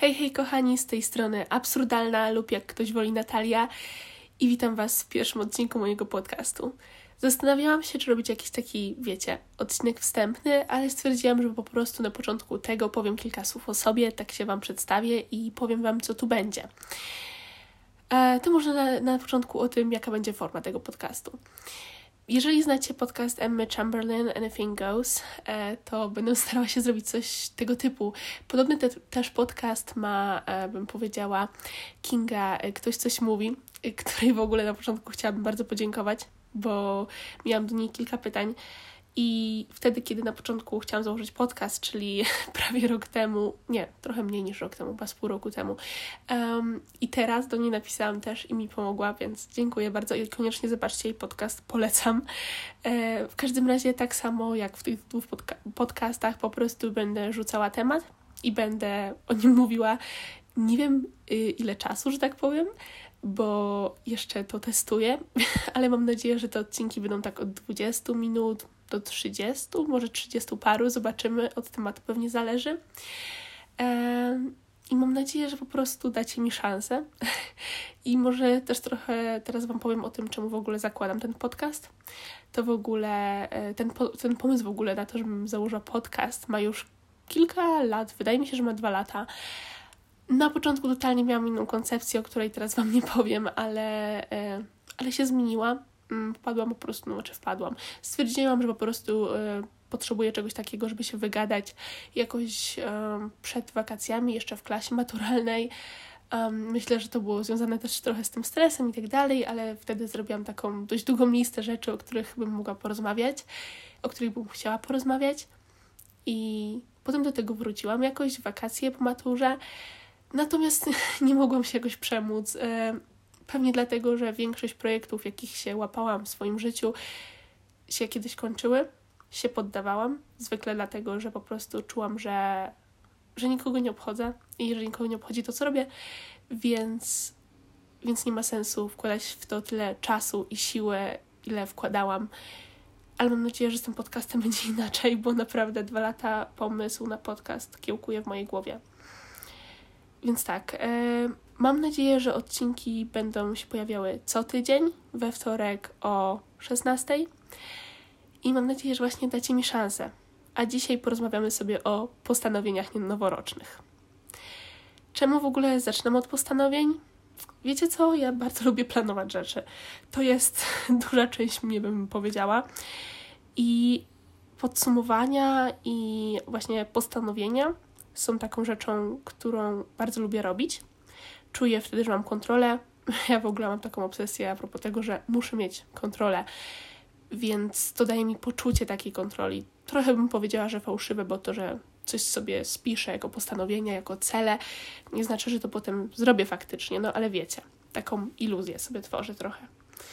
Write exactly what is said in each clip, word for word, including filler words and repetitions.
Hej, hej kochani, z tej strony Absurdalna lub jak ktoś woli Natalia i witam Was w pierwszym odcinku mojego podcastu. Zastanawiałam się, czy robić jakiś taki, wiecie, odcinek wstępny, ale stwierdziłam, że po prostu na początku tego powiem kilka słów o sobie, tak się Wam przedstawię i powiem Wam, co tu będzie. E, to może na, na początku o tym, jaka będzie forma tego podcastu. Jeżeli znacie podcast Emmy Chamberlain, Anything Goes, to będę starała się zrobić coś tego typu. Podobny te, też podcast ma, bym powiedziała, Kinga Ktoś Coś Mówi, której w ogóle na początku chciałabym bardzo podziękować, bo miałam do niej kilka pytań i wtedy, kiedy na początku chciałam założyć podcast, czyli prawie rok temu, nie, trochę mniej niż rok temu, chyba z pół roku temu. Um, I teraz do niej napisałam też i mi pomogła, więc dziękuję bardzo i koniecznie zobaczcie jej podcast, polecam. E, w każdym razie tak samo jak w tych dwóch podca- podcastach po prostu będę rzucała temat i będę o nim mówiła. Nie wiem y, ile czasu, że tak powiem, bo jeszcze to testuję, ale mam nadzieję, że te odcinki będą tak od dwudziestu minut do trzydziestu, może trzydziestu paru, zobaczymy, od tematu pewnie zależy. Ehm, I mam nadzieję, że po prostu dacie mi szansę. I może też trochę teraz Wam powiem o tym, czemu w ogóle zakładam ten podcast. To w ogóle, ten, ten pomysł w ogóle na to, żebym założyła podcast ma już kilka lat, wydaje mi się, że ma dwa lata. Na początku totalnie miałam inną koncepcję, o której teraz Wam nie powiem, ale, ale się zmieniła. Wpadłam po prostu, no znaczy wpadłam. Stwierdziłam, że po prostu y, potrzebuję czegoś takiego, żeby się wygadać jakoś y, przed wakacjami, jeszcze w klasie maturalnej. Um, myślę, że to było związane też trochę z tym stresem i tak dalej, ale wtedy zrobiłam taką dość długą listę rzeczy, o których bym mogła porozmawiać, o których bym chciała porozmawiać i potem do tego wróciłam jakoś w wakacje po maturze, natomiast nie mogłam się jakoś przemóc. Y, Pewnie dlatego, że większość projektów, jakich się łapałam w swoim życiu, się kiedyś kończyły, się poddawałam. Zwykle dlatego, że po prostu czułam, że, że nikogo nie obchodzę i jeżeli nikogo nie obchodzi, to co robię, więc, więc nie ma sensu wkładać w to tyle czasu i siły, ile wkładałam. Ale mam nadzieję, że z tym podcastem będzie inaczej, bo naprawdę dwa lata pomysł na podcast kiełkuje w mojej głowie. Więc tak, yy, mam nadzieję, że odcinki będą się pojawiały co tydzień, we wtorek o szesnastej i mam nadzieję, że właśnie dacie mi szansę. A dzisiaj porozmawiamy sobie o postanowieniach noworocznych. Czemu w ogóle zaczynam od postanowień? Wiecie co? Ja bardzo lubię planować rzeczy. To jest duża część mnie, bym powiedziała. I podsumowania i właśnie postanowienia są taką rzeczą, którą bardzo lubię robić. Czuję wtedy, że mam kontrolę. Ja w ogóle mam taką obsesję a propos tego, że muszę mieć kontrolę, więc to daje mi poczucie takiej kontroli. Trochę bym powiedziała, że fałszywe, bo to, że coś sobie spiszę jako postanowienia, jako cele, nie znaczy, że to potem zrobię faktycznie, no ale wiecie, taką iluzję sobie tworzę trochę.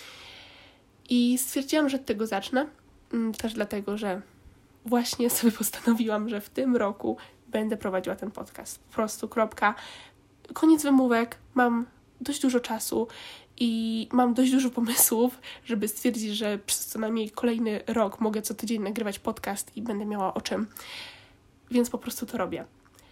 I stwierdziłam, że od tego zacznę, też dlatego, że właśnie sobie postanowiłam, że w tym roku będę prowadziła ten podcast. Po prostu kropka. Koniec wymówek. Mam dość dużo czasu i mam dość dużo pomysłów, żeby stwierdzić, że przez co najmniej kolejny rok mogę co tydzień nagrywać podcast i będę miała o czym. Więc po prostu to robię.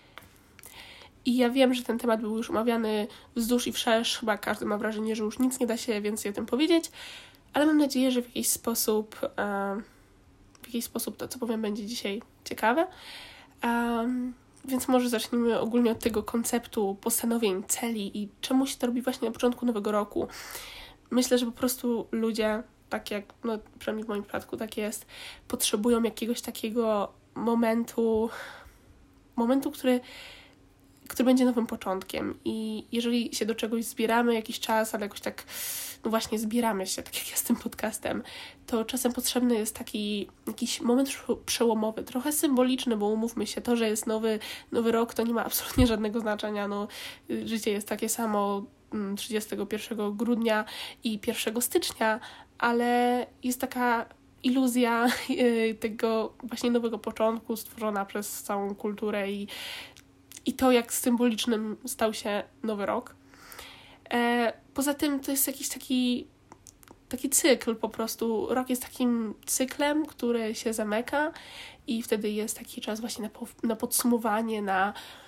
I ja wiem, że ten temat był już omawiany wzdłuż i wszerz. Chyba każdy ma wrażenie, że już nic nie da się więcej o tym powiedzieć, ale mam nadzieję, że w jakiś sposób e, w jakiś sposób to, co powiem, będzie dzisiaj ciekawe. Um, więc może zacznijmy ogólnie od tego konceptu postanowień, celi i czemu się to robi właśnie na początku nowego roku. Myślę, że po prostu ludzie, tak jak, no przynajmniej w moim przypadku tak jest, potrzebują jakiegoś takiego momentu, momentu, który, który będzie nowym początkiem i jeżeli się do czegoś zbieramy jakiś czas, ale jakoś tak, no właśnie zbieramy się, tak jak ja z tym podcastem, to czasem potrzebny jest taki jakiś moment przełomowy, trochę symboliczny, bo umówmy się, to, że jest nowy, nowy rok, to nie ma absolutnie żadnego znaczenia, no życie jest takie samo trzydziestego pierwszego grudnia i pierwszego stycznia, ale jest taka iluzja tego właśnie nowego początku stworzona przez całą kulturę i, i to, jak symbolicznym stał się nowy rok. E, poza tym to jest jakiś taki, taki cykl po prostu. Rok jest takim cyklem, który się zamyka i wtedy jest taki czas właśnie na, po, na podsumowanie, na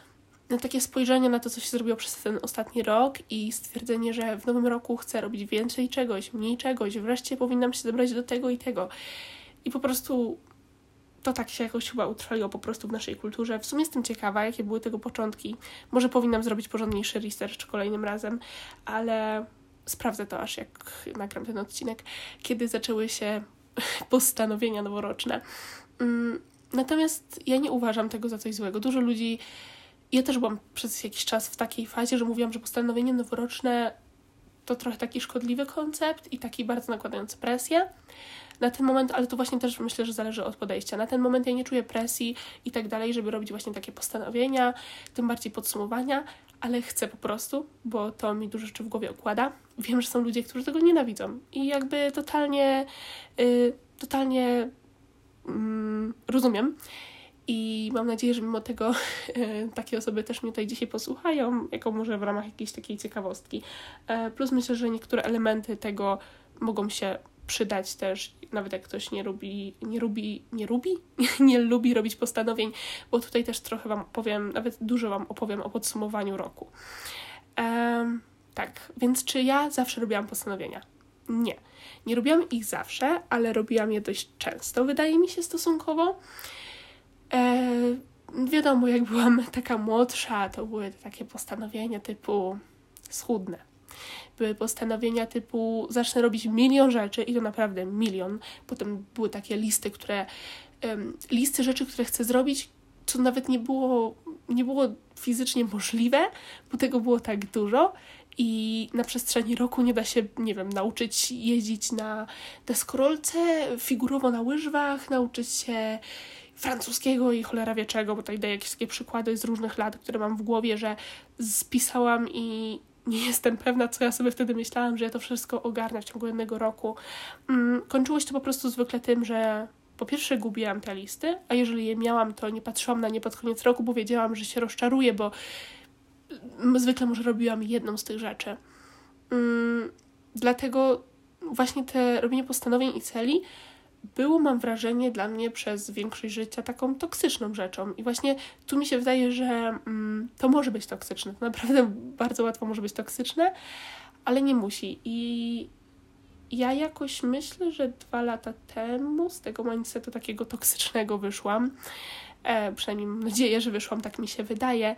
na takie spojrzenie na to, co się zrobiło przez ten ostatni rok i stwierdzenie, że w nowym roku chcę robić więcej czegoś, mniej czegoś, wreszcie powinnam się zebrać do tego i tego. I po prostu to tak się jakoś chyba utrwaliło po prostu w naszej kulturze. W sumie jestem ciekawa, jakie były tego początki. Może powinnam zrobić porządniejszy research kolejnym razem, ale sprawdzę to, aż jak nagram ten odcinek, kiedy zaczęły się postanowienia noworoczne. Natomiast ja nie uważam tego za coś złego. Dużo ludzi, ja też byłam przez jakiś czas w takiej fazie, że mówiłam, że postanowienie noworoczne to trochę taki szkodliwy koncept i taki bardzo nakładający presję. Na ten moment, ale to właśnie też myślę, że zależy od podejścia. Na ten moment ja nie czuję presji i tak dalej, żeby robić właśnie takie postanowienia, tym bardziej podsumowania, ale chcę po prostu, bo to mi dużo rzeczy w głowie układa. Wiem, że są ludzie, którzy tego nienawidzą i jakby totalnie, yy, totalnie yy, rozumiem. I mam nadzieję, że mimo tego e, takie osoby też mnie tutaj dzisiaj posłuchają, jako może w ramach jakiejś takiej ciekawostki. E, plus myślę, że niektóre elementy tego mogą się przydać też, nawet jak ktoś nie lubi, nie lubi, nie lubi, nie lubi robić postanowień, bo tutaj też trochę Wam opowiem, nawet dużo Wam opowiem o podsumowaniu roku. E, tak, więc czy ja zawsze robiłam postanowienia? Nie. Nie robiłam ich zawsze, ale robiłam je dość często, wydaje mi się stosunkowo. E, wiadomo, jak byłam taka młodsza, to były takie postanowienia typu schudnę. Były postanowienia typu zacznę robić milion rzeczy i to naprawdę milion. Potem były takie listy, które um, listy rzeczy, które chcę zrobić, co nawet nie było, nie było fizycznie możliwe, bo tego było tak dużo i na przestrzeni roku nie da się, nie wiem, nauczyć jeździć na deskorolce, figurowo na łyżwach, nauczyć się francuskiego i cholera wie czego, bo tutaj daję jakieś takie przykłady z różnych lat, które mam w głowie, że spisałam i nie jestem pewna, co ja sobie wtedy myślałam, że ja to wszystko ogarnę w ciągu jednego roku. Mm, kończyło się to po prostu zwykle tym, że po pierwsze gubiłam te listy, a jeżeli je miałam, to nie patrzyłam na nie pod koniec roku, bo wiedziałam, że się rozczaruję, bo zwykle może robiłam jedną z tych rzeczy. Mm, dlatego właśnie te robienie postanowień i celi było, mam wrażenie, dla mnie przez większość życia taką toksyczną rzeczą. I właśnie tu mi się wydaje, że mm, to może być toksyczne. To naprawdę bardzo łatwo może być toksyczne, ale nie musi. I ja jakoś myślę, że dwa lata temu z tego mindsetu takiego toksycznego wyszłam. E, przynajmniej mam nadzieję, że wyszłam, tak mi się wydaje.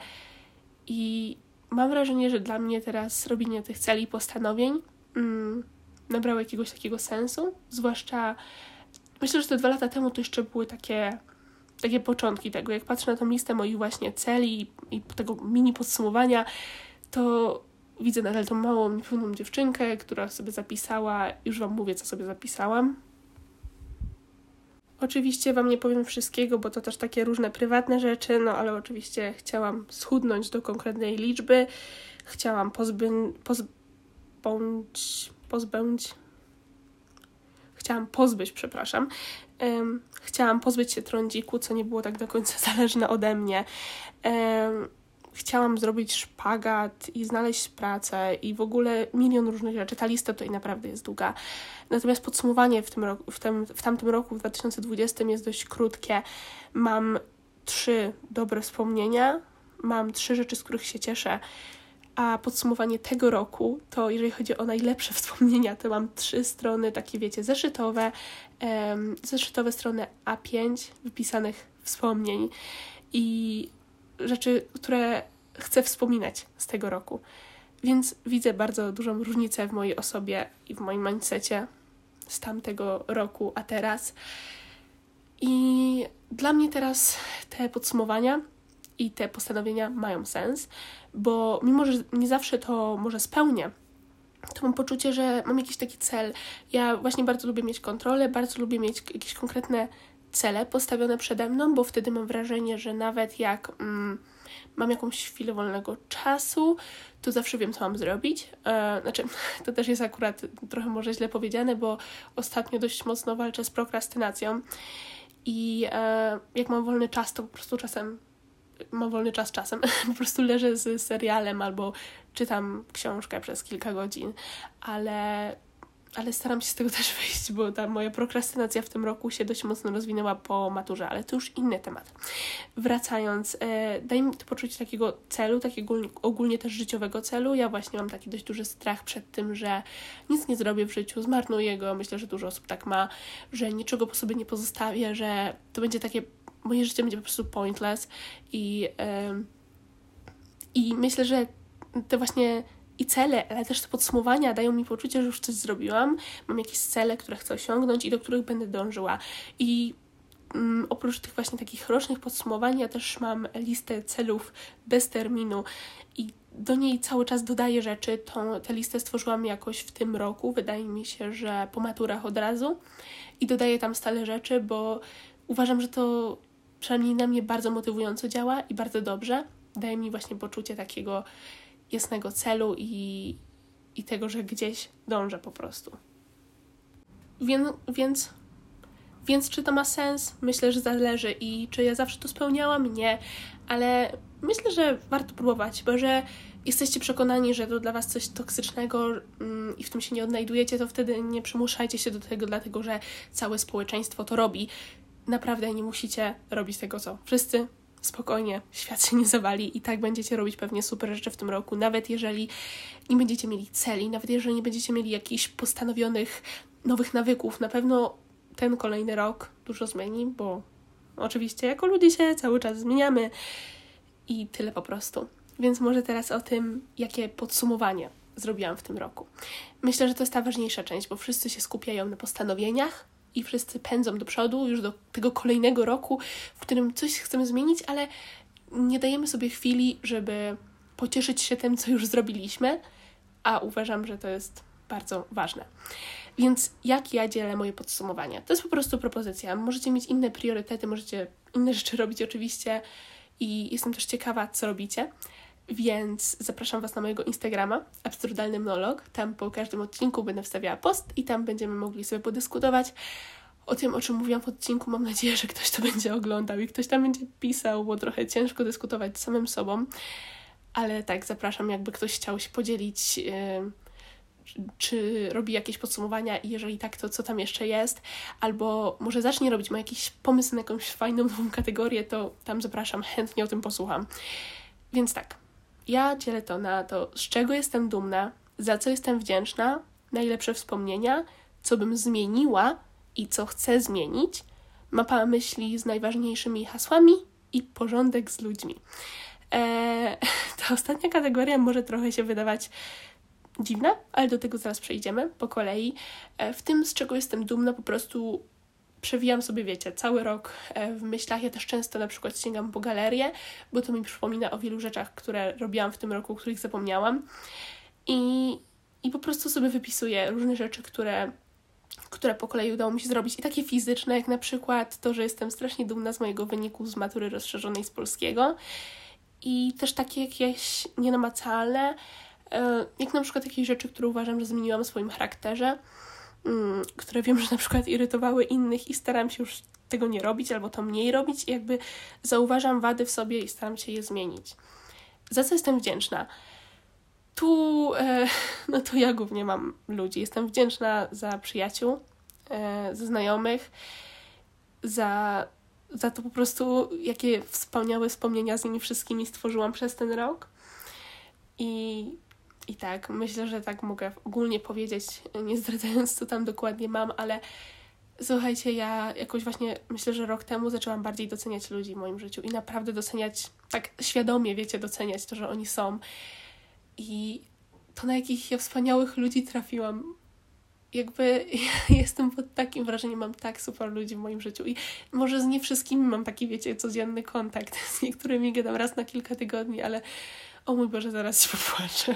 I mam wrażenie, że dla mnie teraz robienie tych celi i postanowień mm, nabrało jakiegoś takiego sensu. Zwłaszcza myślę, że te dwa lata temu to jeszcze były takie, takie początki tego. Jak patrzę na tą listę moich właśnie celi i, i tego mini podsumowania, to widzę nadal tą małą, niepewną dziewczynkę, która sobie zapisała, już Wam mówię, co sobie zapisałam. Oczywiście Wam nie powiem wszystkiego, bo to też takie różne prywatne rzeczy, no ale oczywiście chciałam schudnąć do konkretnej liczby, chciałam pozbę- pozbądź, pozbędź, chciałam pozbyć, przepraszam, um, chciałam pozbyć się trądziku, co nie było tak do końca zależne ode mnie. Um, chciałam zrobić szpagat i znaleźć pracę i w ogóle milion różnych rzeczy. Ta lista tutaj naprawdę jest długa. Natomiast podsumowanie w tym roku, w, tym, w tamtym roku, w dwa tysiące dwudziestym jest dość krótkie. Mam trzy dobre wspomnienia, mam trzy rzeczy, z których się cieszę, a podsumowanie tego roku, to jeżeli chodzi o najlepsze wspomnienia, to mam trzy strony takie, wiecie, zeszytowe, um, zeszytowe strony A pięć wypisanych wspomnień i rzeczy, które chcę wspominać z tego roku. Więc widzę bardzo dużą różnicę w mojej osobie i w moim mindsetie z tamtego roku, a teraz. I dla mnie teraz te podsumowania i te postanowienia mają sens, bo mimo, że nie zawsze to może spełnię, to mam poczucie, że mam jakiś taki cel. Ja właśnie bardzo lubię mieć kontrolę, bardzo lubię mieć jakieś konkretne cele postawione przede mną, bo wtedy mam wrażenie, że nawet jak mm, mam jakąś chwilę wolnego czasu, to zawsze wiem, co mam zrobić. E, znaczy, to też jest akurat trochę może źle powiedziane, bo ostatnio dość mocno walczę z prokrastynacją i e, jak mam wolny czas, to po prostu czasem mam wolny czas czasem, po prostu leżę z serialem albo czytam książkę przez kilka godzin, ale ale staram się z tego też wyjść, bo ta moja prokrastynacja w tym roku się dość mocno rozwinęła po maturze, ale to już inny temat. Wracając, e, daj mi to poczucie takiego celu, takiego ogólnie też życiowego celu. Ja właśnie mam taki dość duży strach przed tym, że nic nie zrobię w życiu, zmarnuję go. Myślę, że dużo osób tak ma, że niczego po sobie nie pozostawię, że to będzie takie, moje życie będzie po prostu pointless i, e, i myślę, że te właśnie i cele, ale też te podsumowania dają mi poczucie, że już coś zrobiłam, mam jakieś cele, które chcę osiągnąć i do których będę dążyła. I mm, oprócz tych właśnie takich rocznych podsumowań, ja też mam listę celów bez terminu i do niej cały czas dodaję rzeczy. Tą, tę listę stworzyłam jakoś w tym roku, wydaje mi się, że po maturach od razu i dodaję tam stale rzeczy, bo uważam, że to przynajmniej na mnie bardzo motywująco działa i bardzo dobrze. Daje mi właśnie poczucie takiego jasnego celu i, i tego, że gdzieś dążę po prostu. Więc, więc, więc czy to ma sens? Myślę, że zależy i czy ja zawsze to spełniałam? Nie, ale myślę, że warto próbować, bo że jesteście przekonani, że to dla was coś toksycznego mm, i w tym się nie odnajdujecie, to wtedy nie przymuszajcie się do tego, dlatego że całe społeczeństwo to robi. Naprawdę nie musicie robić tego, co wszyscy. Spokojnie, świat się nie zawali i tak będziecie robić pewnie super rzeczy w tym roku, nawet jeżeli nie będziecie mieli celi, nawet jeżeli nie będziecie mieli jakichś postanowionych nowych nawyków. Na pewno ten kolejny rok dużo zmieni, bo oczywiście jako ludzie się cały czas zmieniamy i tyle po prostu. Więc może teraz o tym, jakie podsumowanie zrobiłam w tym roku. Myślę, że to jest ta ważniejsza część, bo wszyscy się skupiają na postanowieniach, i wszyscy pędzą do przodu, już do tego kolejnego roku, w którym coś chcemy zmienić, ale nie dajemy sobie chwili, żeby pocieszyć się tym, co już zrobiliśmy, a uważam, że to jest bardzo ważne. Więc jak ja dzielę moje podsumowania? To jest po prostu propozycja. Możecie mieć inne priorytety, możecie inne rzeczy robić oczywiście i jestem też ciekawa, co robicie. Więc zapraszam Was na mojego Instagrama, Absurdalny Monolog. Tam po każdym odcinku będę wstawiała post i tam będziemy mogli sobie podyskutować o tym, o czym mówiłam w odcinku. Mam nadzieję, że ktoś to będzie oglądał i ktoś tam będzie pisał, bo trochę ciężko dyskutować z samym sobą. Ale tak, zapraszam, jakby ktoś chciał się podzielić, yy, czy robi jakieś podsumowania i jeżeli tak, to co tam jeszcze jest. Albo może zacznie robić, ma jakiś pomysł na jakąś fajną nową kategorię, to tam zapraszam, chętnie o tym posłucham. Więc tak. Ja dzielę to na to, z czego jestem dumna, za co jestem wdzięczna, najlepsze wspomnienia, co bym zmieniła i co chcę zmienić, mapa myśli z najważniejszymi hasłami i porządek z ludźmi. Eee, ta ostatnia kategoria może trochę się wydawać dziwna, ale do tego zaraz przejdziemy po kolei. Eee, w tym, z czego jestem dumna, po prostu przewijam sobie, wiecie, cały rok w myślach. Ja też często na przykład sięgam po galerię, bo to mi przypomina o wielu rzeczach, które robiłam w tym roku, których zapomniałam. I, i po prostu sobie wypisuję różne rzeczy, które, które po kolei udało mi się zrobić. I takie fizyczne, jak na przykład to, że jestem strasznie dumna z mojego wyniku z matury rozszerzonej z polskiego. I też takie jakieś nienamacalne, jak na przykład jakieś rzeczy, które uważam, że zmieniłam w swoim charakterze, które wiem, że na przykład irytowały innych i staram się już tego nie robić albo to mniej robić i jakby zauważam wady w sobie i staram się je zmienić. Za co jestem wdzięczna? Tu, e, no to ja głównie mam ludzi. Jestem wdzięczna za przyjaciół, e, za znajomych, za, za to po prostu, jakie wspaniałe wspomnienia z nimi wszystkimi stworzyłam przez ten rok. I I tak, myślę, że tak mogę ogólnie powiedzieć, nie zdradzając, co tam dokładnie mam, ale słuchajcie, ja jakoś właśnie myślę, że rok temu zaczęłam bardziej doceniać ludzi w moim życiu i naprawdę doceniać, tak świadomie, wiecie, doceniać to, że oni są. I to, na jakich ja wspaniałych ludzi trafiłam, jakby ja jestem pod takim wrażeniem, mam tak super ludzi w moim życiu i może z nie wszystkimi mam taki, wiecie, codzienny kontakt, z niektórymi gadam raz na kilka tygodni, ale o mój Boże, zaraz się popłaczę.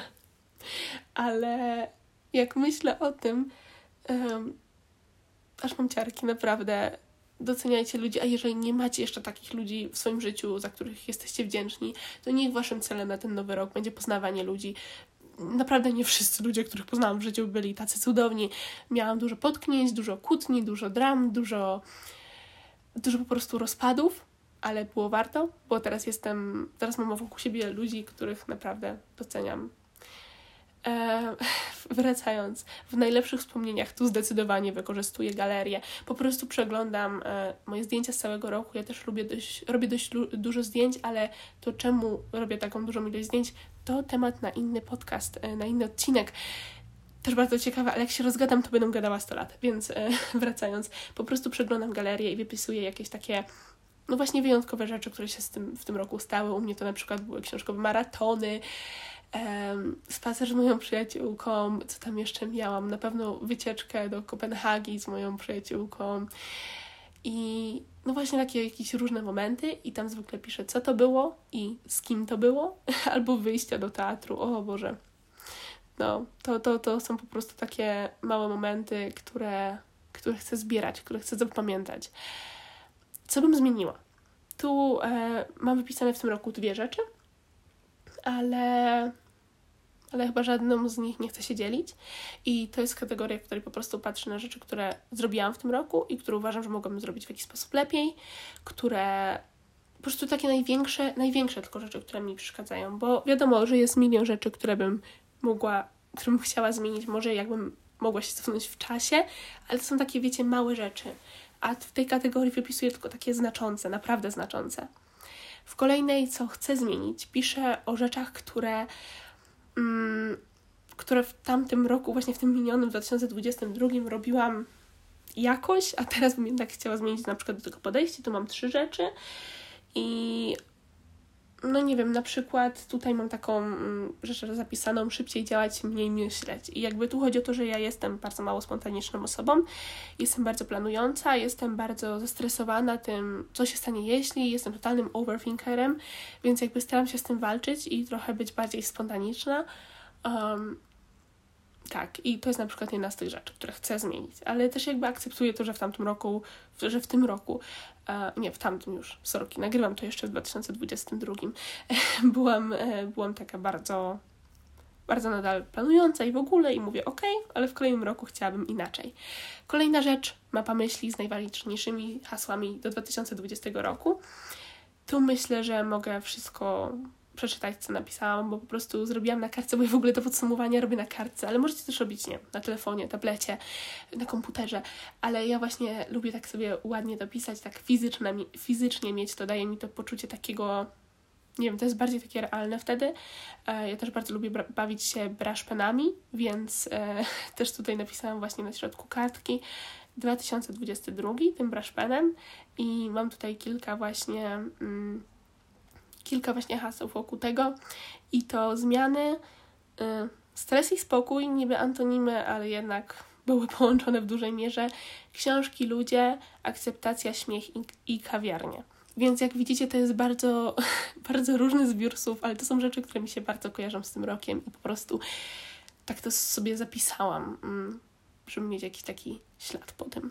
Ale jak myślę o tym, um, aż mam ciarki, naprawdę doceniajcie ludzi, a jeżeli nie macie jeszcze takich ludzi w swoim życiu, za których jesteście wdzięczni, to niech waszym celem na ten nowy rok będzie poznawanie ludzi. Naprawdę nie wszyscy ludzie, których poznałam w życiu, byli tacy cudowni. Miałam dużo potknięć, dużo kłótni, dużo dram, dużo, dużo po prostu rozpadów, ale było warto, bo teraz jestem, teraz mam wokół siebie ludzi, których naprawdę doceniam. E, wracając, w najlepszych wspomnieniach tu zdecydowanie wykorzystuję galerię. Po prostu przeglądam e, moje zdjęcia z całego roku. Ja też lubię dość, robię dość lu- dużo zdjęć, ale to czemu robię taką dużą ilość zdjęć, to temat na inny podcast, e, na inny odcinek. Też bardzo ciekawe, ale jak się rozgadam, to będę gadała sto lat. Więc e, wracając, po prostu przeglądam galerię i wypisuję jakieś takie no właśnie wyjątkowe rzeczy, które się z tym, w tym roku stały. U mnie to na przykład były książkowe maratony, um, spacer z moją przyjaciółką, co tam jeszcze miałam, na pewno wycieczkę do Kopenhagi z moją przyjaciółką i no właśnie takie jakieś różne momenty i tam zwykle piszę, co to było i z kim to było, albo wyjścia do teatru, o Boże. No, to, to, to są po prostu takie małe momenty, które, które chcę zbierać, które chcę zapamiętać. Co bym zmieniła? Tu e, mam wypisane w tym roku dwie rzeczy, ale, ale chyba żadną z nich nie chcę się dzielić. I to jest kategoria, w której po prostu patrzę na rzeczy, które zrobiłam w tym roku i które uważam, że mogłabym zrobić w jakiś sposób lepiej, które po prostu takie największe, największe tylko rzeczy, które mi przeszkadzają, bo wiadomo, że jest milion rzeczy, które bym mogła, które bym chciała zmienić, może jakbym mogła się cofnąć w czasie, ale to są takie, wiecie, małe rzeczy. A w tej kategorii wypisuję tylko takie znaczące, naprawdę znaczące. W kolejnej, co chcę zmienić, piszę o rzeczach, które, mm, które w tamtym roku, właśnie w tym minionym dwa tysiące dwudziestym drugim robiłam jakoś, a teraz bym jednak chciała zmienić na przykład do tego podejście. Tu mam trzy rzeczy i no nie wiem, na przykład tutaj mam taką mm, rzecz zapisaną, szybciej działać, mniej myśleć. I jakby tu chodzi o to, że ja jestem bardzo mało spontaniczną osobą, jestem bardzo planująca, jestem bardzo zestresowana tym, co się stanie jeśli, jestem totalnym overthinkerem, więc jakby staram się z tym walczyć i trochę być bardziej spontaniczna. Um, tak, i to jest na przykład jedna z tych rzeczy, które chcę zmienić, ale też jakby akceptuję to, że w tamtym roku, że w tym roku, e, nie, w tamtym już, sorki, nagrywam to jeszcze w dwa tysiące dwudziestym drugim, byłam, e, byłam taka bardzo, bardzo nadal planująca i w ogóle i mówię okej, okay, ale w kolejnym roku chciałabym inaczej. Kolejna rzecz, mapa myśli z najważniejszymi hasłami do dwa tysiące dwudziestego roku. Tu myślę, że mogę wszystko przeczytać, co napisałam, bo po prostu zrobiłam na kartce, bo ja w ogóle to podsumowanie robię na kartce, ale możecie też robić, nie, na telefonie, tablecie, na komputerze, ale ja właśnie lubię tak sobie ładnie dopisać, tak fizycznie, fizycznie mieć, to daje mi to poczucie takiego, nie wiem, to jest bardziej takie realne wtedy. Ja też bardzo lubię bra- bawić się brush penami, więc e, też tutaj napisałam właśnie na środku kartki dwa tysiące dwudziesty drugi tym brush penem i mam tutaj kilka właśnie mm, kilka właśnie haseł wokół tego i to zmiany, y, stres i spokój, niby antonimy, ale jednak były połączone w dużej mierze, książki, ludzie, akceptacja, śmiech i, i kawiarnie. Więc jak widzicie, to jest bardzo, bardzo różny zbiór słów, ale to są rzeczy, które mi się bardzo kojarzą z tym rokiem i po prostu tak to sobie zapisałam, mm, żeby mieć jakiś taki ślad po tym.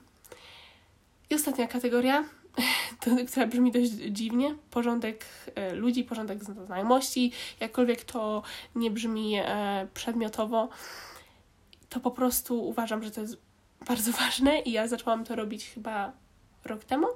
I ostatnia kategoria, to, która brzmi dość dziwnie, porządek e, ludzi, porządek znajomości, jakkolwiek to nie brzmi e, przedmiotowo, to po prostu uważam, że to jest bardzo ważne i ja zaczęłam to robić chyba rok temu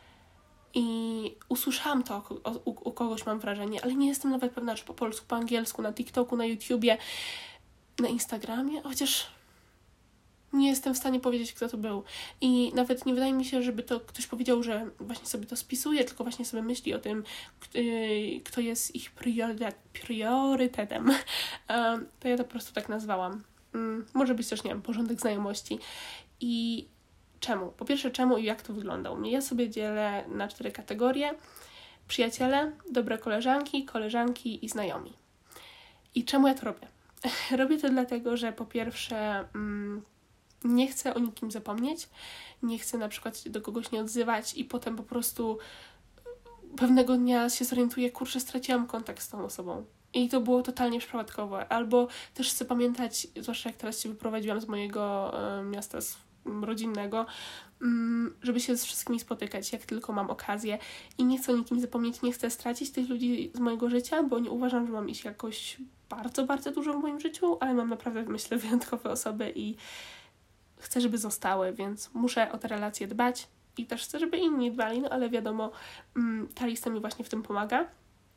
i usłyszałam to o, u, u kogoś, mam wrażenie, ale nie jestem nawet pewna, czy po polsku, po angielsku, na TikToku, na YouTubie, na Instagramie, chociaż nie jestem w stanie powiedzieć, kto to był. I nawet nie wydaje mi się, żeby to ktoś powiedział, że właśnie sobie to spisuje, tylko właśnie sobie myśli o tym, kto jest ich priorytetem. To ja to po prostu tak nazwałam. Może być też, nie wiem, porządek znajomości. I czemu? Po pierwsze, czemu i jak to wygląda u mnie? Ja sobie dzielę na cztery kategorie. Przyjaciele, dobre koleżanki, koleżanki i znajomi. I czemu ja to robię? Robię to dlatego, że po pierwsze mm, nie chcę o nikim zapomnieć, nie chcę na przykład się do kogoś nie odzywać i potem po prostu pewnego dnia się zorientuję, kurczę, straciłam kontakt z tą osobą. I to było totalnie przypadkowe. Albo też chcę pamiętać, zwłaszcza jak teraz się wyprowadziłam z mojego e, miasta z, m, rodzinnego, m, żeby się z wszystkimi spotykać, jak tylko mam okazję. I nie chcę o nikim zapomnieć, nie chcę stracić tych ludzi z mojego życia, bo nie uważam, że mam ich jakoś bardzo, bardzo dużo w moim życiu, ale mam naprawdę, myślę, wyjątkowe osoby i chcę, żeby zostały, więc muszę o te relacje dbać i też chcę, żeby inni dbali, no ale wiadomo, ta lista mi właśnie w tym pomaga.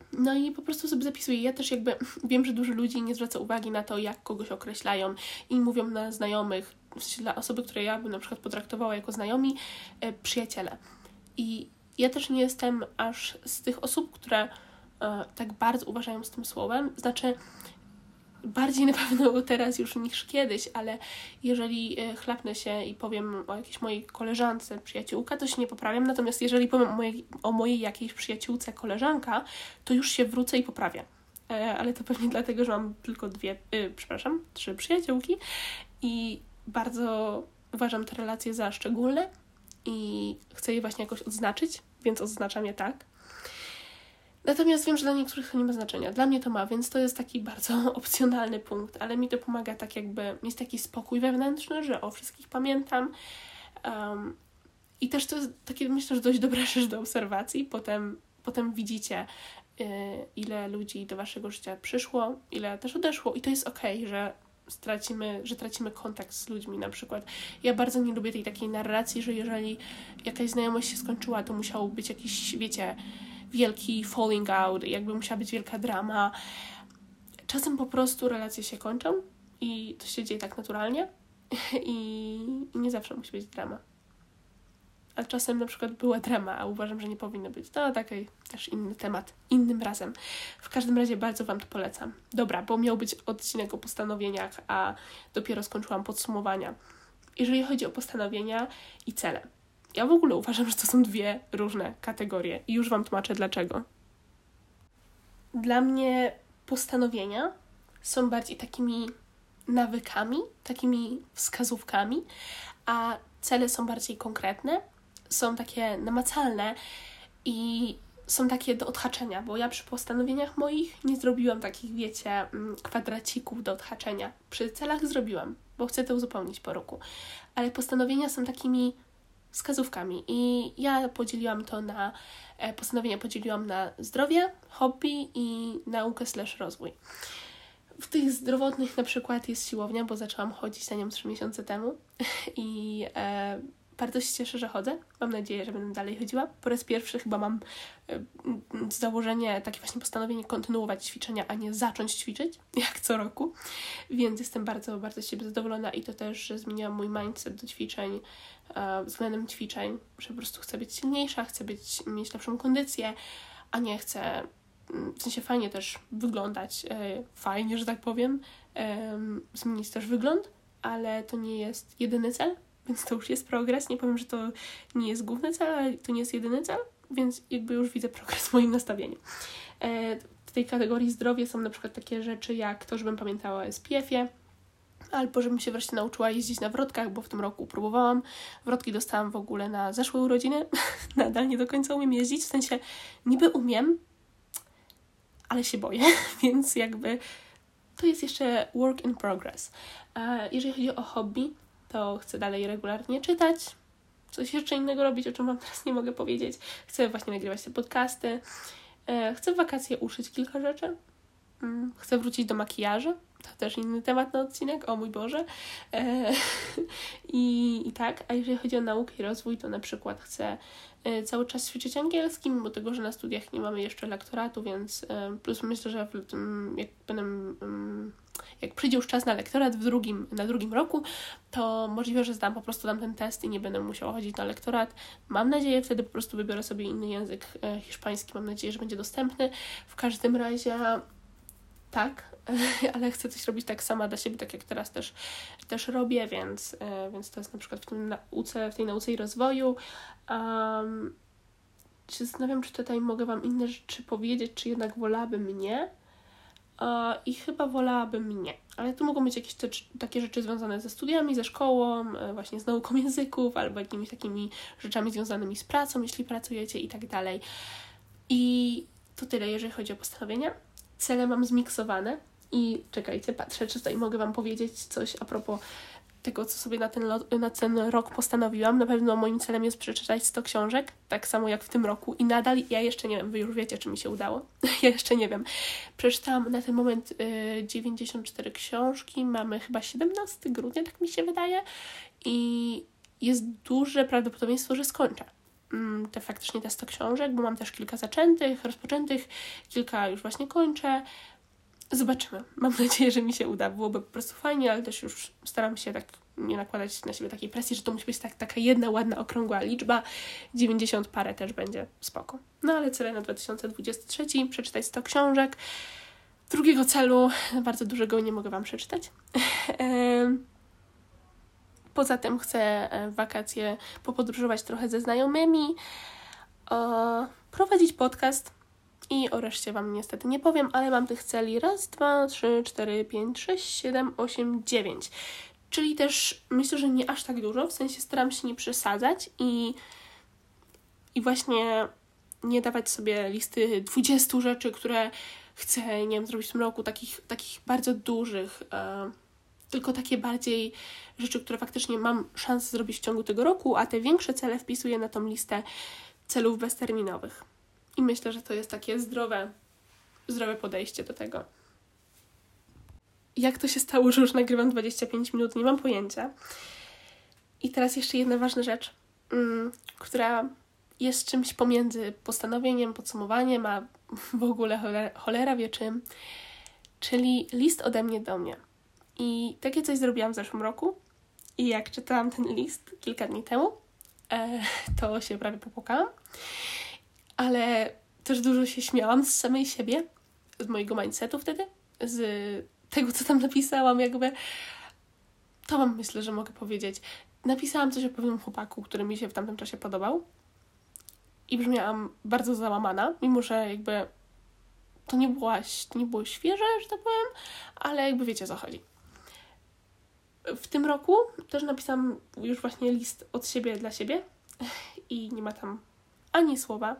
No i po prostu sobie zapisuję. Ja też jakby wiem, że dużo ludzi nie zwraca uwagi na to, jak kogoś określają i mówią na znajomych, w sensie dla osoby, które ja bym na przykład potraktowała jako znajomi, e, przyjaciele. I ja też nie jestem aż z tych osób, które e, tak bardzo uważają z tym słowem. Znaczy, bardziej na pewno teraz już niż kiedyś, ale jeżeli e, chlapnę się i powiem o jakiejś mojej koleżance, przyjaciółka, to się nie poprawiam. Natomiast jeżeli powiem o mojej, o mojej jakiejś przyjaciółce, koleżanka, to już się wrócę i poprawię. E, ale to pewnie dlatego, że mam tylko dwie, e, przepraszam, trzy przyjaciółki i bardzo uważam te relacje za szczególne i chcę je właśnie jakoś odznaczyć, więc odznaczam je tak. Natomiast wiem, że dla niektórych to nie ma znaczenia. Dla mnie to ma, więc to jest taki bardzo opcjonalny punkt, ale mi to pomaga tak jakby mieć taki spokój wewnętrzny, że o wszystkich pamiętam. Um, I też to jest takie, myślę, że dość dobra rzecz do obserwacji. Potem, potem widzicie, yy, ile ludzi do waszego życia przyszło, ile też odeszło i to jest okej, że stracimy, że tracimy kontakt z ludźmi na przykład. Ja bardzo nie lubię tej takiej narracji, że jeżeli jakaś znajomość się skończyła, to musiał być jakiś, wiecie, wielki falling out, jakby musiała być wielka drama. Czasem po prostu relacje się kończą i to się dzieje tak naturalnie i, i nie zawsze musi być drama. A czasem na przykład była drama, a uważam, że nie powinno być. To taki też inny temat, innym razem. W każdym razie bardzo wam to polecam. Dobra, bo miał być odcinek o postanowieniach, a dopiero skończyłam podsumowania. Jeżeli chodzi o postanowienia i cele. Ja w ogóle uważam, że to są dwie różne kategorie i już wam tłumaczę dlaczego. Dla mnie postanowienia są bardziej takimi nawykami, takimi wskazówkami, a cele są bardziej konkretne, są takie namacalne i są takie do odhaczenia, bo ja przy postanowieniach moich nie zrobiłam takich, wiecie, kwadracików do odhaczenia. Przy celach zrobiłam, bo chcę to uzupełnić po roku. Ale postanowienia są takimi wskazówkami i ja podzieliłam to na, postanowienia podzieliłam na zdrowie, hobby i naukę slash rozwój. W tych zdrowotnych na przykład jest siłownia, bo zaczęłam chodzić na nią trzy miesiące temu i e, bardzo się cieszę, że chodzę. Mam nadzieję, że będę dalej chodziła. Po raz pierwszy chyba mam e, założenie, takie właśnie postanowienie kontynuować ćwiczenia, a nie zacząć ćwiczyć, jak co roku. Więc jestem bardzo, bardzo z siebie zadowolona i to też, że zmieniłam mój mindset do ćwiczeń, e, względem ćwiczeń, że po prostu chcę być silniejsza, chcę być, mieć lepszą kondycję, a nie chcę, w sensie fajnie też wyglądać, e, fajnie, że tak powiem, e, zmienić też wygląd, ale to nie jest jedyny cel, więc to już jest progres. Nie powiem, że to nie jest główny cel, ale to nie jest jedyny cel, więc jakby już widzę progres w moim nastawieniu. E, w tej kategorii zdrowie są na przykład takie rzeczy jak to, żebym pamiętała o S P F-ie, albo żebym się wreszcie nauczyła jeździć na wrotkach, bo w tym roku próbowałam. Wrotki dostałam w ogóle na zeszłe urodziny. Nadal nie do końca umiem jeździć, w sensie niby umiem, ale się boję, więc jakby to jest jeszcze work in progress. Jeżeli chodzi o hobby, to chcę dalej regularnie czytać, coś jeszcze innego robić, o czym wam teraz nie mogę powiedzieć. Chcę właśnie nagrywać te podcasty. Chcę w wakacje uszyć kilka rzeczy. Chcę wrócić do makijażu. To też inny temat na odcinek, o mój Boże. I, I tak, a jeżeli chodzi o naukę i rozwój, to na przykład chcę cały czas ćwiczyć angielski, mimo tego, że na studiach nie mamy jeszcze lektoratu, więc plus myślę, że w tym, jak będę, jak przyjdzie już czas na lektorat w drugim, na drugim roku, to możliwe, że zdam po prostu dam ten test i nie będę musiała chodzić na lektorat. Mam nadzieję, wtedy po prostu wybiorę sobie inny język hiszpański, mam nadzieję, że będzie dostępny. W każdym razie tak, ale chcę coś robić tak sama dla siebie, tak jak teraz też, też robię, więc, więc to jest na przykład w, tym nauce, w tej nauce i rozwoju. Um, się zastanawiam, czy tutaj mogę wam inne rzeczy powiedzieć, czy jednak wolałabym nie. Uh, I chyba wolałabym nie. Ale tu mogą być jakieś te, takie rzeczy związane ze studiami, ze szkołą, właśnie z nauką języków, albo jakimiś takimi rzeczami związanymi z pracą, jeśli pracujecie i tak dalej. I to tyle, jeżeli chodzi o postanowienia. Cele mam zmiksowane i czekajcie, patrzę, czy tutaj mogę wam powiedzieć coś a propos tego, co sobie na ten, lot, na ten rok postanowiłam. Na pewno moim celem jest przeczytać sto książek, tak samo jak w tym roku i nadal, ja jeszcze nie wiem, wy już wiecie, czy mi się udało. Ja jeszcze nie wiem. Przeczytałam na ten moment y, dziewięćdziesiąt cztery książki, mamy chyba siedemnastego grudnia, tak mi się wydaje i jest duże prawdopodobieństwo, że skończę. te faktycznie te sto książek, bo mam też kilka zaczętych, rozpoczętych, kilka już właśnie kończę. Zobaczymy. Mam nadzieję, że mi się uda. Byłoby po prostu fajnie, ale też już staram się tak nie nakładać na siebie takiej presji, że to musi być tak, taka jedna ładna, okrągła liczba. dziewięćdziesiąt parę też będzie spoko. No ale cele na dwa tysiące dwudziesty trzeci, przeczytać sto książek. Drugiego celu, bardzo dużego, nie mogę Wam przeczytać. Poza tym chcę w wakacje popodróżować trochę ze znajomymi, prowadzić podcast i o reszcie Wam niestety nie powiem, ale mam tych celi raz, dwa, trzy, cztery, pięć, sześć, siedem, osiem, dziewięć. Czyli też myślę, że nie aż tak dużo, w sensie staram się nie przesadzać i, i właśnie nie dawać sobie listy dwudziestu rzeczy, które chcę, nie wiem, zrobić w tym roku, takich, takich bardzo dużych, e, tylko takie bardziej rzeczy, które faktycznie mam szansę zrobić w ciągu tego roku, a te większe cele wpisuję na tą listę celów bezterminowych. I myślę, że to jest takie zdrowe, zdrowe podejście do tego. Jak to się stało, że już nagrywam dwadzieścia pięć minut, nie mam pojęcia. I teraz jeszcze jedna ważna rzecz, mm, która jest czymś pomiędzy postanowieniem, podsumowaniem, a w ogóle cholera, cholera wie czym, czyli list ode mnie do mnie. I takie coś zrobiłam w zeszłym roku i jak czytałam ten list kilka dni temu, e, to się prawie popłakałam, ale też dużo się śmiałam z samej siebie, z mojego mindsetu wtedy, z tego, co tam napisałam, jakby to Wam myślę, że mogę powiedzieć. Napisałam coś o pewnym chłopaku, który mi się w tamtym czasie podobał i brzmiałam bardzo załamana, mimo że jakby to nie było, to nie było świeże, że tak powiem, ale jakby wiecie, o co chodzi. W tym roku też napisałam już właśnie list od siebie dla siebie i nie ma tam ani słowa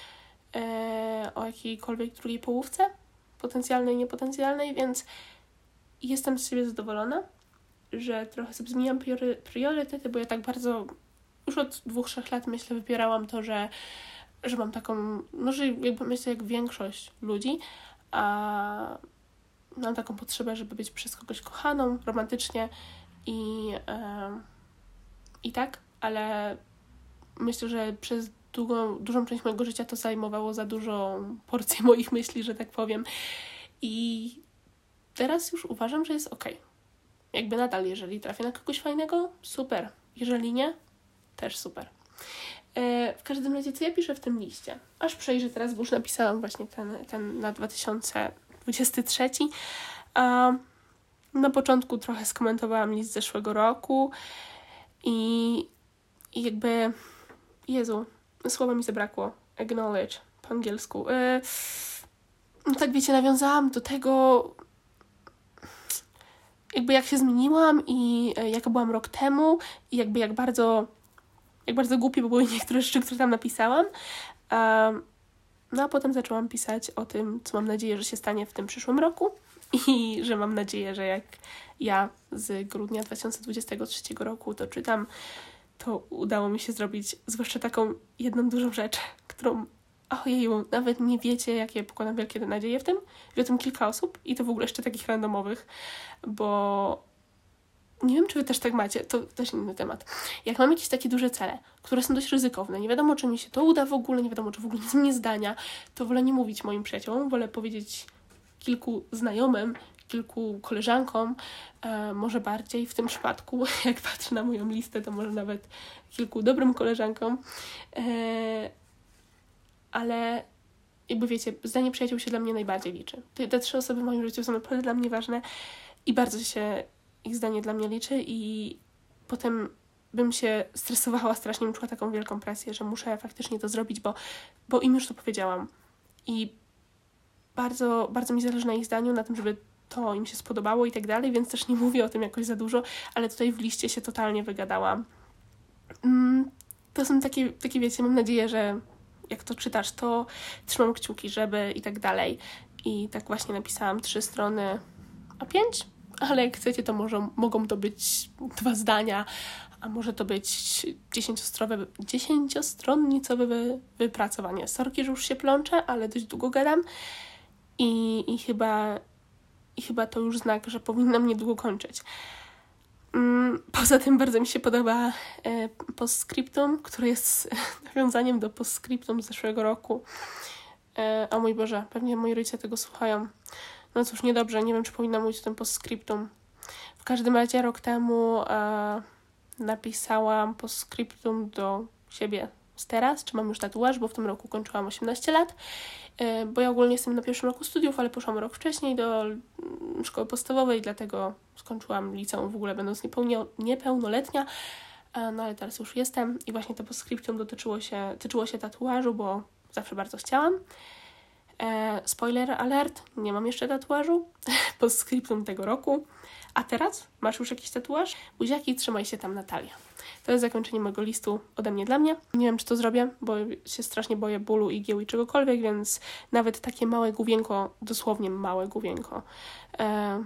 e, o jakiejkolwiek drugiej połówce, potencjalnej, niepotencjalnej, więc jestem z siebie zadowolona, że trochę sobie zmieniam priory, priorytety, bo ja tak bardzo już od dwóch, trzech lat myślę wybierałam to, że, że mam taką, no że jakby myślę jak większość ludzi, a mam taką potrzebę, żeby być przez kogoś kochaną, romantycznie i, e, i tak, ale myślę, że przez długą, dużą część mojego życia to zajmowało za dużą porcję moich myśli, że tak powiem. I teraz już uważam, że jest okej. Jakby nadal, jeżeli trafię na kogoś fajnego, super. Jeżeli nie, też super. E, w każdym razie, co ja piszę w tym liście? Aż przejrzę teraz, bo już napisałam właśnie ten, ten na dwa tysiące dwudziesty trzeci. A na początku trochę skomentowałam list z zeszłego roku i, i jakby Jezu, słowa mi zabrakło. Acknowledge po angielsku. E, no tak wiecie, nawiązałam do tego jakby jak się zmieniłam i jaka byłam rok temu i jakby jak bardzo jak bardzo głupie były niektóre rzeczy, które tam napisałam. Um, no a potem zaczęłam pisać o tym, co mam nadzieję, że się stanie w tym przyszłym roku i że mam nadzieję, że jak ja z grudnia dwa tysiące dwudziestego trzeciego roku to czytam, to udało mi się zrobić zwłaszcza taką jedną dużą rzecz, którą ojeju, nawet nie wiecie, jakie pokładam wielkie nadzieje w tym. Wie o tym kilka osób i to w ogóle jeszcze takich randomowych, bo nie wiem, czy wy też tak macie, to też inny temat. Jak mam jakieś takie duże cele, które są dość ryzykowne, nie wiadomo, czy mi się to uda w ogóle, nie wiadomo, czy w ogóle nie zmienię zdania, to wolę nie mówić moim przyjaciołom, wolę powiedzieć kilku znajomym, kilku koleżankom, e, może bardziej w tym przypadku, jak patrzę na moją listę, to może nawet kilku dobrym koleżankom, e, ale jakby wiecie, zdanie przyjaciół się dla mnie najbardziej liczy. Te, te trzy osoby w moim życiu są naprawdę dla mnie ważne i bardzo się ich zdanie dla mnie liczy i potem bym się stresowała strasznie, bym czuła taką wielką presję, że muszę faktycznie to zrobić, bo, bo im już to powiedziałam. I bardzo, bardzo mi zależy na ich zdaniu, na tym, żeby to im się spodobało i tak dalej, więc też nie mówię o tym jakoś za dużo, ale tutaj w liście się totalnie wygadałam. Mm, to są takie, takie, wiecie, mam nadzieję, że jak to czytasz, to trzymam kciuki, żeby i tak dalej. I tak właśnie napisałam trzy strony A pięć, ale jak chcecie, to może, mogą to być dwa zdania, a może to być dziesięciostrowe, dziesięciostronnicowe wy, wypracowanie. Sorki, że już się plączę, ale dość długo gadam i, i, chyba, i chyba to już znak, że powinnam niedługo kończyć. Poza tym bardzo mi się podoba postscriptum, które jest nawiązaniem do postscriptum z zeszłego roku. O mój Boże, pewnie moi rodzice tego słuchają. No cóż, niedobrze, nie wiem, czy powinnam mówić o tym postscriptum. W każdym razie rok temu e, napisałam postscriptum do siebie z teraz, czy mam już tatuaż, bo w tym roku kończyłam osiemnaście lat, e, bo ja ogólnie jestem na pierwszym roku studiów, ale poszłam rok wcześniej do szkoły podstawowej, dlatego skończyłam liceum w ogóle będąc niepełnio, niepełnoletnia, e, no ale teraz już jestem i właśnie to postscriptum dotyczyło się, tyczyło się tatuażu, bo zawsze bardzo chciałam. E, spoiler alert, nie mam jeszcze tatuażu postscriptum tego roku. A teraz? Masz już jakiś tatuaż? Buziaki, trzymaj się tam, Natalia. To jest zakończenie mojego listu ode mnie dla mnie. Nie wiem, czy to zrobię, bo się strasznie boję bólu, igieł i czegokolwiek, więc nawet takie małe główienko, dosłownie małe główienko, e,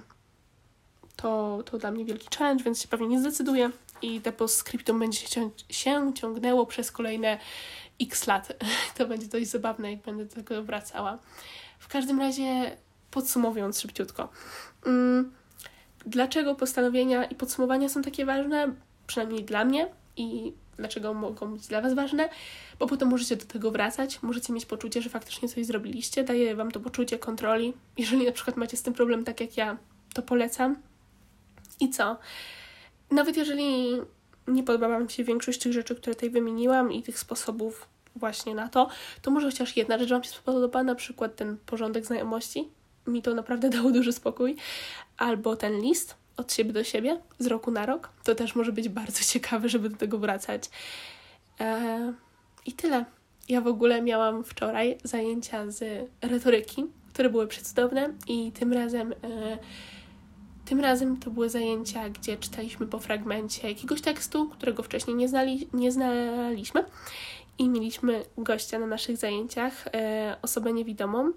to, to dla mnie wielki challenge, więc się pewnie nie zdecyduję i to postscriptum będzie się, się ciągnęło przez kolejne x lat. To będzie dość zabawne, jak będę do tego wracała. W każdym razie podsumowując szybciutko. Mm, dlaczego postanowienia i podsumowania są takie ważne? Przynajmniej dla mnie i dlaczego mogą być dla Was ważne? Bo potem możecie do tego wracać, możecie mieć poczucie, że faktycznie coś zrobiliście, daje Wam to poczucie kontroli. Jeżeli na przykład macie z tym problem tak jak ja, to polecam. I co? Nawet jeżeli nie podoba Wam się większość tych rzeczy, które tutaj wymieniłam i tych sposobów właśnie na to, to może chociaż jedna rzecz Wam się spodoba, na przykład ten porządek znajomości. Mi to naprawdę dało duży spokój. Albo ten list od siebie do siebie, z roku na rok. To też może być bardzo ciekawe, żeby do tego wracać. Eee, I tyle. Ja w ogóle miałam wczoraj zajęcia z retoryki, które były przecudowne i tym razem... E, Tym razem to były zajęcia, gdzie czytaliśmy po fragmencie jakiegoś tekstu, którego wcześniej nie, znali, nie znaliśmy i mieliśmy gościa na naszych zajęciach, e, osobę niewidomą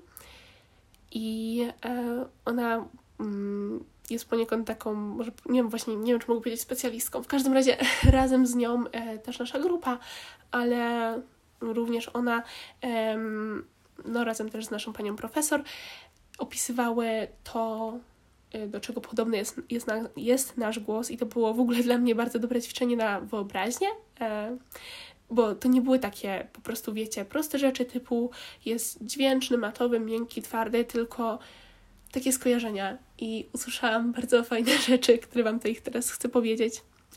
i e, ona mm, jest poniekąd taką, może nie wiem, właśnie nie wiem, czy mogę powiedzieć specjalistką. W każdym razie razem z nią e, też nasza grupa, ale również ona, e, no razem też z naszą panią profesor, opisywały to, do czego podobny jest, jest, na, jest nasz głos i to było w ogóle dla mnie bardzo dobre ćwiczenie na wyobraźnię, e, bo to nie były takie po prostu, wiecie, proste rzeczy typu jest dźwięczny, matowy, miękki, twardy, tylko takie skojarzenia i usłyszałam bardzo fajne rzeczy, które Wam tutaj teraz chcę powiedzieć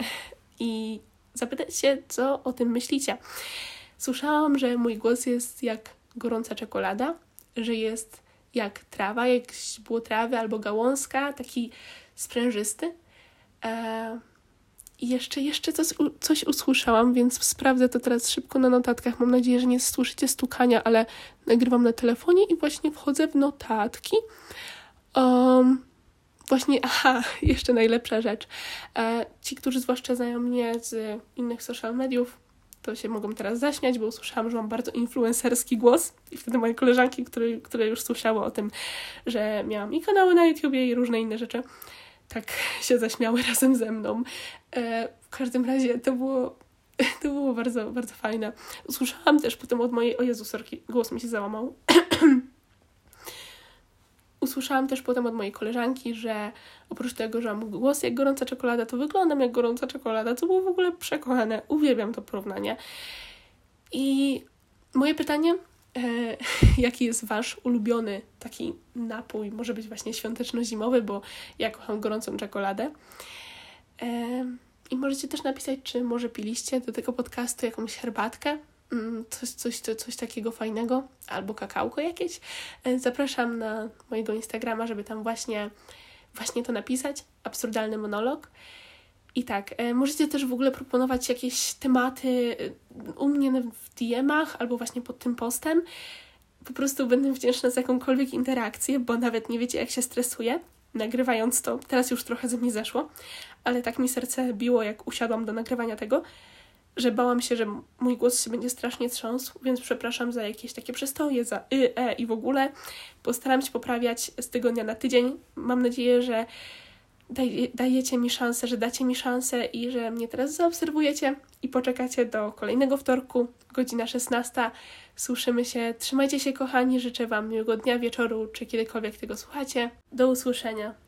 i zapytać się, co o tym myślicie. Słyszałam, że mój głos jest jak gorąca czekolada, że jest jak trawa, jak źdźbło trawy albo gałązka, taki sprężysty. Eee, I jeszcze, jeszcze coś, coś usłyszałam, więc sprawdzę to teraz szybko na notatkach. Mam nadzieję, że nie słyszycie stukania, ale nagrywam na telefonie i właśnie wchodzę w notatki. Um, właśnie, aha, jeszcze najlepsza rzecz. Eee, ci, którzy zwłaszcza znają mnie z innych social mediów, to się mogą teraz zaśmiać, bo usłyszałam, że mam bardzo influencerski głos i wtedy moje koleżanki, które, które już słyszały o tym, że miałam i kanały na YouTubie i różne inne rzeczy, tak się zaśmiały razem ze mną. E, w każdym razie to było, to było bardzo, bardzo fajne. Usłyszałam też potem od mojej, o Jezu, sorki, głos mi się załamał. Usłyszałam też potem od mojej koleżanki, że oprócz tego, że mam głos jak gorąca czekolada, to wyglądam jak gorąca czekolada, co było w ogóle przekochane. Uwielbiam to porównanie. I moje pytanie, e, jaki jest Wasz ulubiony taki napój? Może być właśnie świąteczno-zimowy, bo ja kocham gorącą czekoladę. E, I możecie też napisać, czy może piliście do tego podcastu jakąś herbatkę, Coś, coś, coś takiego fajnego, albo kakałko jakieś. Zapraszam na mojego Instagrama, żeby tam właśnie, właśnie to napisać. Absurdalny monolog. I tak, możecie też w ogóle proponować jakieś tematy u mnie w D M-ach, albo właśnie pod tym postem. Po prostu będę wdzięczna za jakąkolwiek interakcję, bo nawet nie wiecie, jak się stresuję, nagrywając to. Teraz już trochę ze mnie zeszło, ale tak mi serce biło, jak usiadłam do nagrywania tego, że bałam się, że mój głos się będzie strasznie trząsł, więc przepraszam za jakieś takie przestoje, za y, e i w ogóle. Postaram się poprawiać z tygodnia na tydzień. Mam nadzieję, że daj, dajecie mi szansę, że dacie mi szansę i że mnie teraz zaobserwujecie i poczekacie do kolejnego wtorku, godzina szesnasta. Słyszymy się. Trzymajcie się, kochani. Życzę Wam miłego dnia, wieczoru, czy kiedykolwiek tego słuchacie. Do usłyszenia.